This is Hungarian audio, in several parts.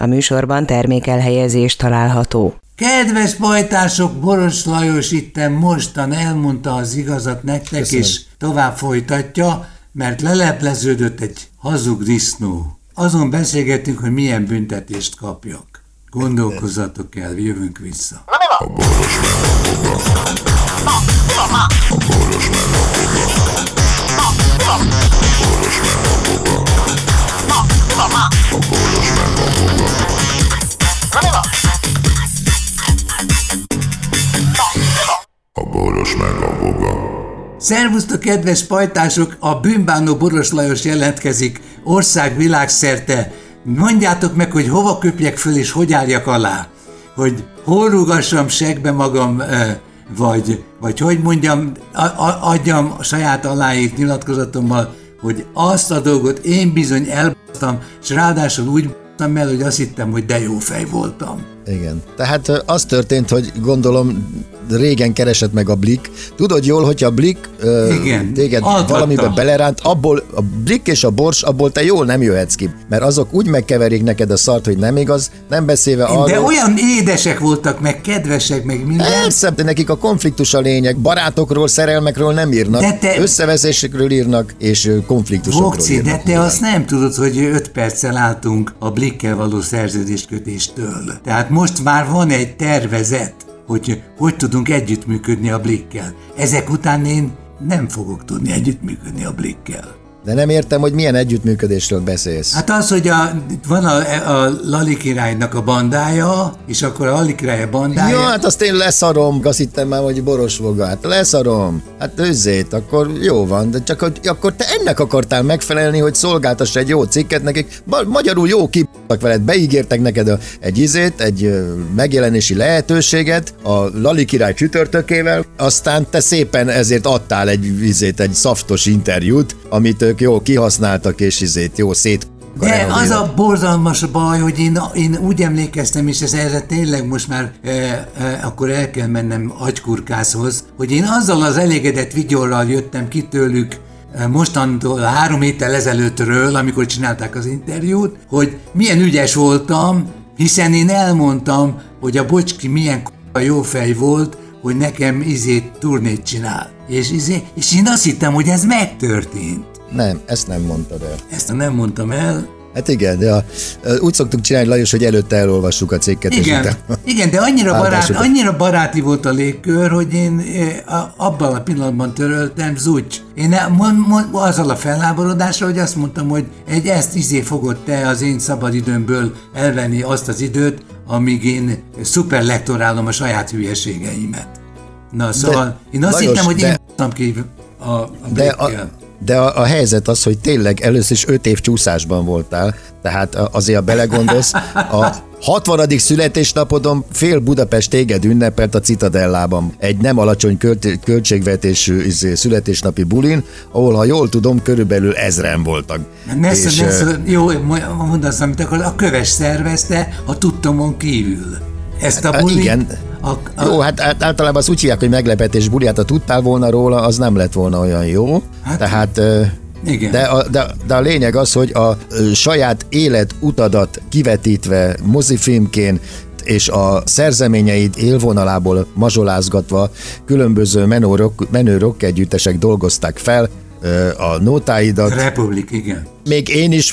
A műsorban termékelhelyezés található. Kedves pajtások, Boros Lajos itten mostan elmondta az igazat nektek, köszönöm. És tovább folytatja, mert lelepleződött egy hazug disznó. Azon beszélgettünk, hogy milyen büntetést kapjak. Gondolkozzatok el, jövünk vissza. A Boros meg a boga. A Boros meg a boga. A Boros meg a boga. A Boros meg a boga. A Boros meg a boga. Szervusztok, kedves pajtások! A bűnbánó Boros Lajos jelentkezik ország-világszerte. Mondjátok meg, hogy hova köpjek föl és hogy álljak alá. Hogy hol rúgassam segbe magam, vagy hogy mondjam, adjam a saját aláírt nyilatkozatommal, hogy azt a dolgot én bizony elbasztam, és ráadásul úgy b***tam el, hogy azt hittem, hogy de jó fej voltam. Igen. Tehát az történt, hogy gondolom régen keresett meg a Blik. Tudod jól, hogy a Blik téged valamibe beleránt, abból a Blik és a Bors, abból te jól nem jöhetsz ki. Mert azok úgy megkeverik neked a szart, hogy nem igaz, nem beszélve arról. De olyan édesek voltak, meg kedvesek, meg minden. Persze, de nekik a konfliktus a lényeg. Barátokról, szerelmekről nem írnak. Összeveszésekről írnak, és konfliktusokról Vokci, írnak. de te azt nem tudod, hogy 5 perccel álltunk a Blikkel való szerződéskötéstől. Tehát most már van egy tervezet, hogy tudunk együttműködni a Blikkel. Ezek után én nem fogok tudni együttműködni a Blikkel. De nem értem, hogy milyen együttműködésről beszélsz. Hát az, hogy van a Lali királynak a bandája, és akkor a Lali király bandája... Ja, hát azt én leszarom, azt hittem már, hogy Boros Voga, hát leszarom. Hát őzzét, akkor jó van, de csak akkor te ennek akartál megfelelni, hogy szolgáltass egy jó cikket nekik. Magyarul jó kibasztak veled, beígértek neked egy megjelenési lehetőséget a Lali király csütörtökével, aztán te szépen ezért adtál egy szaftos interjút, amit ők jól kihasználtak, és jó szét... De az a borzalmas baj, hogy én úgy emlékeztem, és erre tényleg most már akkor el kell mennem agykurkászhoz, hogy én azzal az elégedett vigyorral jöttem ki tőlük mostantól 3 héttel ezelőttről, amikor csinálták az interjút, hogy milyen ügyes voltam, hiszen én elmondtam, hogy a Bocski milyen jó fej volt, hogy nekem turnét csinál. És én azt hittem, hogy ez megtörtént. Nem, ezt nem mondtad el. Ezt nem mondtam el. Hát igen, de úgy szoktuk csinálni, Lajos, hogy előtte elolvassuk a cikket. Igen, de annyira baráti volt a légkör, hogy én abban a pillanatban töröltem, zucs. Én azzal a felháborodással, hogy azt mondtam, hogy ezt fogod te az én szabadidőmből elvenni azt az időt, amíg én szuperlektorálom a saját hülyeségeimet. Na szóval én azt hittem, hogy én mondtam ki a Blikkel. De a helyzet az, hogy tényleg először is 5 év csúszásban voltál, tehát azért, ha belegondolsz, a 60. születésnapodon fél Budapest téged ünnepelt a Citadellában. Egy nem alacsony költségvetésű születésnapi bulin, ahol, ha jól tudom, körülbelül 1000-en voltak. Jó, mondasz, amit akar, a Köves szervezte a tudtomon kívül. Ezt a bulit... Igen. Jó, hát általában azt úgy hívják, hogy meglepetés buli, hát ha tudtál volna róla, az nem lett volna olyan jó. Hát, tehát, igen. De a lényeg az, hogy a saját életutadat kivetítve mozifilmként és a szerzeményeid élvonalából mazsolázgatva különböző menő rock együttesek dolgozták fel a nótáidat. Republik, igen. Még én is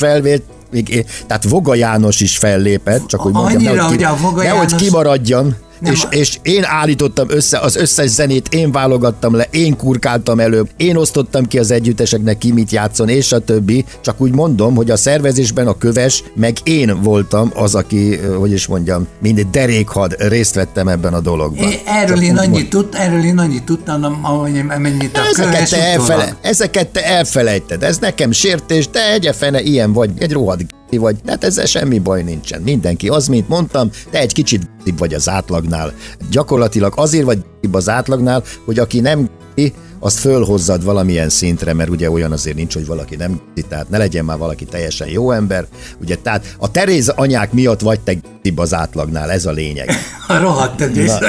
tehát Voga János is fellépett, csak hogy mondjam, nehogy kimaradjon. És én állítottam össze az összes zenét, én válogattam le, én kurkáltam elő, én osztottam ki az együtteseknek ki mit játszon, és a többi. Csak úgy mondom, hogy a szervezésben a Köves, meg én voltam az, aki, hogy is mondjam, mint derékhad részt vettem ebben a dologban. Erről én annyit tudtam, amennyit a Köves ezeket te elfelejted. Ez nekem sértés, de egyefene ilyen vagy, egy rohadt vagy, tehát ezzel semmi baj nincsen. Mindenki az, mint mondtam, te egy kicsit vagy az átlagnál. Gyakorlatilag azért vagy az átlagnál, hogy aki nem azt fölhozzad valamilyen szintre, mert ugye olyan azért nincs, hogy valaki nem, tehát ne legyen már valaki teljesen jó ember. Ugye, tehát a Teréz anyák miatt vagy te az átlagnál, ez a lényeg. A rohadt Teréz anyák.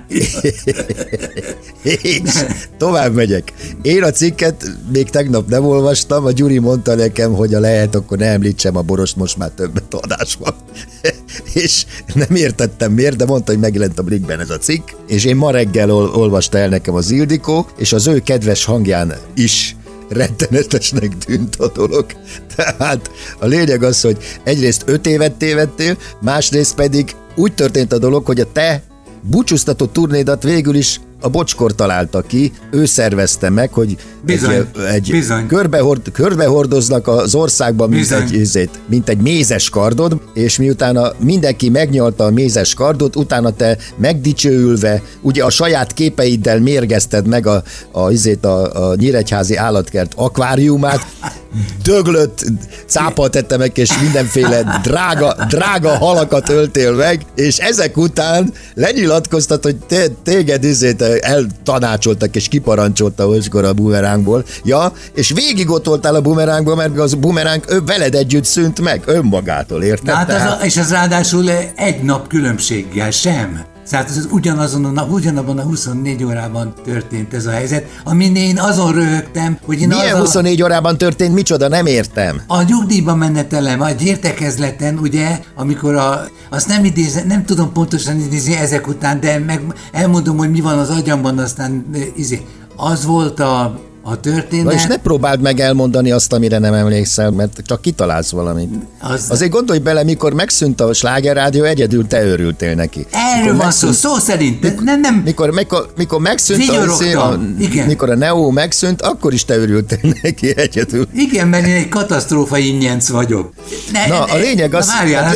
És tovább megyek. Én a cikket még tegnap nem olvastam, a Gyuri mondta nekem, hogy a lehet, akkor ne említsem a Borost, most már többet adásban. És nem értettem miért, de mondta, hogy megjelent a Blickben ez a cikk, és én ma reggel olvasta el nekem az Ildikó, és az ő kedves hangján is rettenetesnek tűnt a dolog. Tehát a lényeg az, hogy egyrészt 5 évet tévedtél, másrészt pedig úgy történt a dolog, hogy a te búcsúztató turnédat végül is a Bocskor találta ki, ő szervezte meg, hogy bizony. Körbehordoznak az országban, mint egy mézes kardod, és miután mindenki megnyalta a mézes kardot, utána te megdicsőülve, ugye a saját képeiddel mérgezted meg a Nyíregyházi Állatkert akváriumát, döglött cápaltetemek és mindenféle drága halakat öltél meg, és ezek után lenyilatkoztat, hogy téged eltanácsoltak és kiparancsolta Bocskor a bumerángból. Ja, és végig ott voltál a bumerángból, mert az bumeráng veled együtt szűnt meg, önmagától, érted? Hát és az ráadásul egy nap különbséggel sem. Tehát ez ugyanabban a 24 órában történt ez a helyzet, amin én azon röhögtem, hogy én milyen 24 órában történt, micsoda, nem értem. A nyugdíjba menetelem, a értekezleten, ugye, amikor azt nem tudom pontosan idézni ezek után, de meg elmondom, hogy mi van az agyamban, aztán az volt a történet. Na és ne próbáld meg elmondani azt, amire nem emlékszel, mert csak kitalálsz valamit. Azért gondolj bele, mikor megszűnt a slágerrádió, egyedül te örültél neki. Erről van szó szerint. Nem. Mikor megszűnt mikor a Neo megszűnt, akkor is te örültél neki egyedül. Igen, mert én egy katasztrófa ingyenc vagyok. A lényeg az,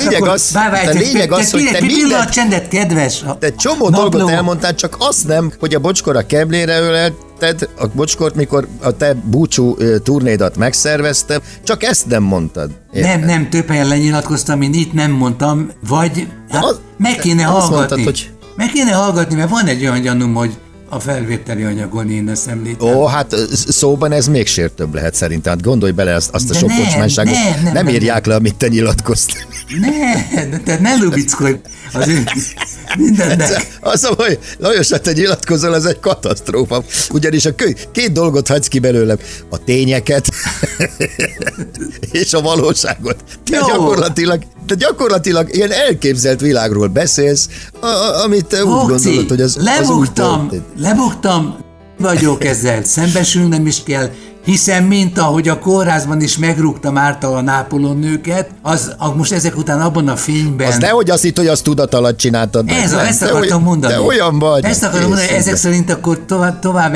hogy te minden... csendet, kedves. Te csomó dolgot elmondtál, csak azt nem, hogy a Bocskor a keblére ölelted, a Bocskort, mikor a te búcsú turnédat megszerveztem, csak ezt nem mondtad. Nem, több helyen lenyilatkoztam, én itt nem mondtam, vagy meg kéne hallgatni. Mondtad, meg kéne hallgatni, mert van egy olyan gyanúm, hogy a felvételi anyagon én ezt említem. Hát szóban ez még sértőbb lehet szerintem. Hát gondolj bele azt a sok kocsmányságot. Nem írják le, amit te nyilatkoztál. Ne lubickolj azért mindennek. Az a baj, Lajos, hát te nyilatkozol, ez egy katasztrófa. Ugyanis a két dolgot hagysz ki belőle. A tényeket és a valóságot. Te gyakorlatilag ilyen elképzelt világról beszélsz, amit te úgy gondolod, hogy az úgy történt. Lebuktam, vagyok ezzel, szembesülnem is kell, hiszen mint ahogy a kórházban is megrúgtam által a Nápolon nőket, most ezek után abban a fényben... Az nehogy azt hitt, hogy azt tudat alatt csináltad. Ezt akartam mondani. De olyan vagy. Ezt akarom mondani, hogy ezek szerint akkor tovább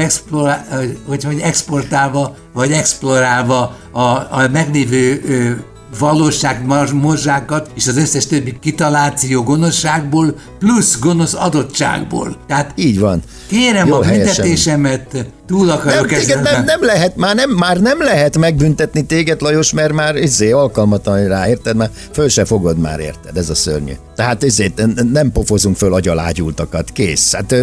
exportálva, vagy explorálva a meglévő valóság morzsákat, és az összes többi kitaláció gonoszságból, plusz gonosz adottságból. Tehát így van. Kérem, jó, a büntetésemet túl akarok ezzel. Már nem lehet megbüntetni téged, Lajos, mert már alkalmatlan rá, érted? Már föl se fogod már, érted? Ez a szörnyű. Tehát nem pofozunk föl agyalágyultakat, kész. Hát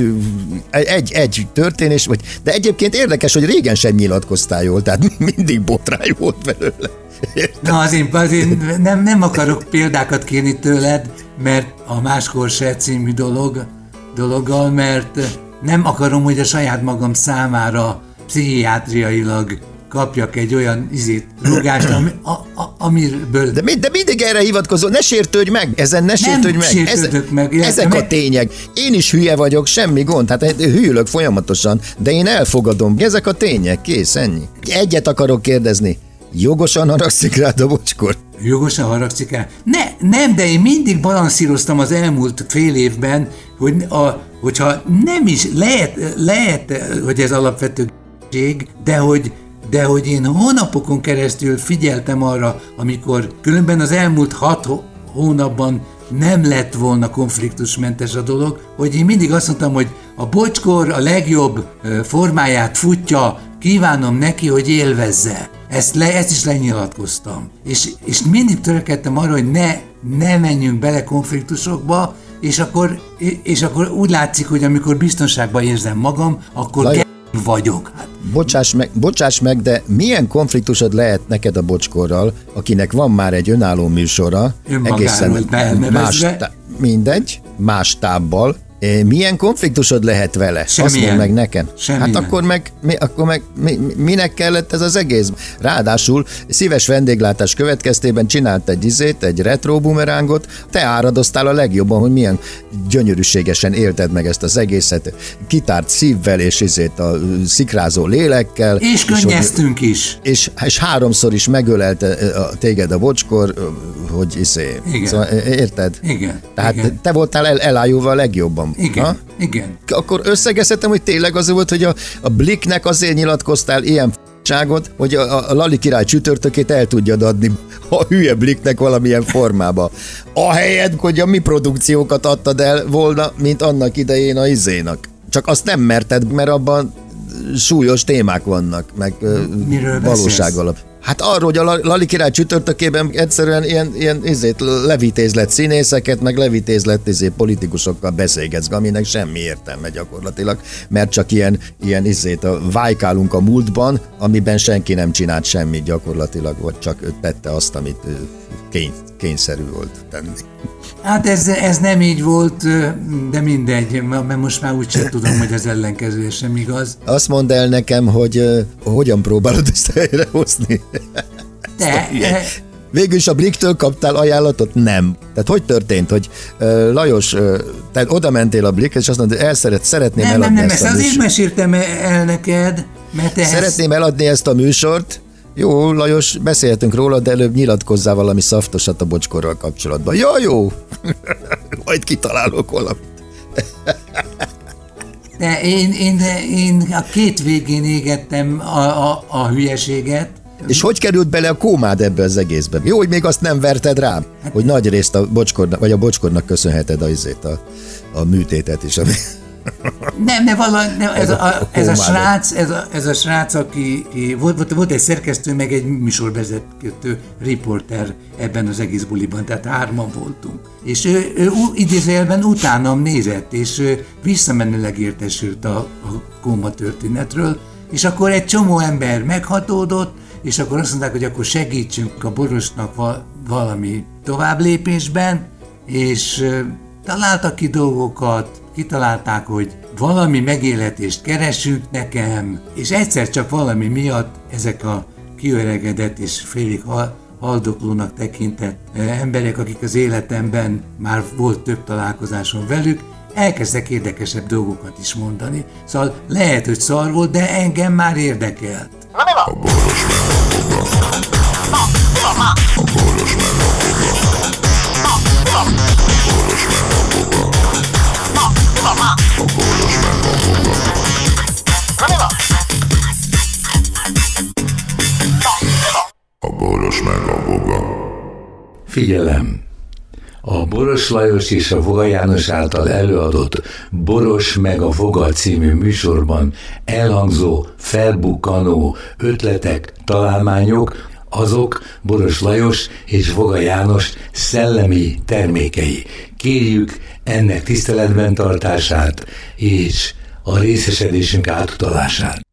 egy történés, de egyébként érdekes, hogy régen sem nyilatkoztál jól, tehát mindig botrány volt belőle. Na azért nem akarok példákat kérni tőled, mert a Máskor se című dologgal, mert nem akarom, hogy a saját magam számára pszichiátriailag kapjak egy olyan rugást, amiből... De mindig erre hivatkozol, ne sértődj meg, ezen ne sértődj meg. Ezek a tények. Én is hülye vagyok, semmi gond, hát hűlök folyamatosan, de én elfogadom. Ezek a tények, kész, ennyi. Egyet akarok kérdezni. Jogosan haragszik rád a Bocskor? Jogosan haragszik rá? Nem, de én mindig balanszíroztam az elmúlt fél évben, hogyha nem is lehet, hogy ez alapvető de hogy én hónapokon keresztül figyeltem arra, amikor különben az elmúlt 6 hónapban nem lett volna konfliktusmentes a dolog, hogy én mindig azt mondtam, hogy a Bocskor a legjobb formáját futja, kívánom neki, hogy élvezze. Ezt is lenyilatkoztam. És mindig törekedtem arra, hogy ne menjünk bele konfliktusokba, és akkor úgy látszik, hogy amikor biztonságban érzem magam, akkor vagyok. Hát. Bocsáss meg, de milyen konfliktusod lehet neked a Bocskorral, akinek van már egy önálló műsora, egészen más tábbal, Milyen konfliktusod lehet vele? Semmilyen. Azt mondd meg nekem. Semmilyen. Hát akkor meg minek kellett ez az egész? Ráadásul szíves vendéglátás következtében csinált egy retro bumerángot, te áradoztál a legjobban, hogy milyen gyönyörűségesen élted meg ezt az egészet, kitárt szívvel és a szikrázó lélekkel. És könnyeztünk is. És 3-szor is megölelte téged a bocskor, hogy Igen. Szóval, érted? Igen. Tehát igen. te voltál elájúval a legjobban. Igen. Ha? Igen. Akkor összegezhetem, hogy tényleg az volt, hogy a Blicknek azért nyilatkoztál ilyen f***ságot, hogy a Lali király csütörtökét el tudjad adni a hülye Blicknek valamilyen formába. Ahelyett, hogy a mi produkciókat adtad el volna, mint annak idején a izénak. Csak azt nem merted, mert abban súlyos témák vannak, meg valóság alap. Hát arról, hogy a Lali király csütörtökében egyszerűen ilyen levitézlet színészeket, meg levitézlet politikusokkal beszélgetsz, aminek semmi értelme gyakorlatilag, mert csak ilyen vájkálunk a múltban, amiben senki nem csinált semmit gyakorlatilag, vagy csak tette azt, amit kényszerű volt tenni. Hát ez nem így volt, de mindegy, mert most már úgysem tudom, hogy az ellenkezője sem igaz. Azt mondd el nekem, hogy hogyan próbálod ezt helyrehozni? Végül is a Blicktől kaptál ajánlatot? Nem. Tehát hogy történt, hogy Lajos, te oda mentél a Blick, és azt mondod, hogy szeretném eladni ezt a műsort. Azért meséltem el neked, mert Szeretném eladni ezt a műsort. Jó, Lajos, beszélhetünk róla, de előbb nyilatkozzál valami szaftosat a bocskorral kapcsolatban. Jó. Majd kitalálok valamit. De én a két végén égettem a hülyeséget. És hogy került bele a kómád ebbe az egészbe? Jó, hogy még azt nem verted rám, hogy nagy részt a bocskornak, vagy a bocskornak köszönheted a műtétet is. Nem, ez a srác, aki volt egy szerkesztő, meg egy műsorvezető riporter ebben az egész buliban, tehát 3-an voltunk. És ő idézőjelben utánam nézett, és visszamenőleg értesült a kóma történetről, és akkor egy csomó ember meghatódott, és akkor azt mondták, hogy akkor segítsünk a Borosnak valami továbblépésben, és találtak ki dolgokat, kitalálták, hogy valami megélhetést keresünk nekem, és egyszer csak valami miatt ezek a kiöregedett és félig haldoklónak tekintett emberek, akik az életemben már volt több találkozásom velük, elkezdtek érdekesebb dolgokat is mondani. Szóval lehet, hogy szar volt, de engem már érdekelt. Na mi van? A Boros meg a Boga. Mi van már? A Boros meg a Boga. Mi van? A Boros meg a Boga. Mi van már? A Boros meg a Boga. Na mi van? A Boros meg a Boga. Figyelem! A Boros Lajos és a Voga János által előadott Boros meg a Voga című műsorban elhangzó, felbukkanó ötletek, találmányok, azok Boros Lajos és Voga János szellemi termékei. Kérjük ennek tiszteletben tartását és a részesedésünk átutalását.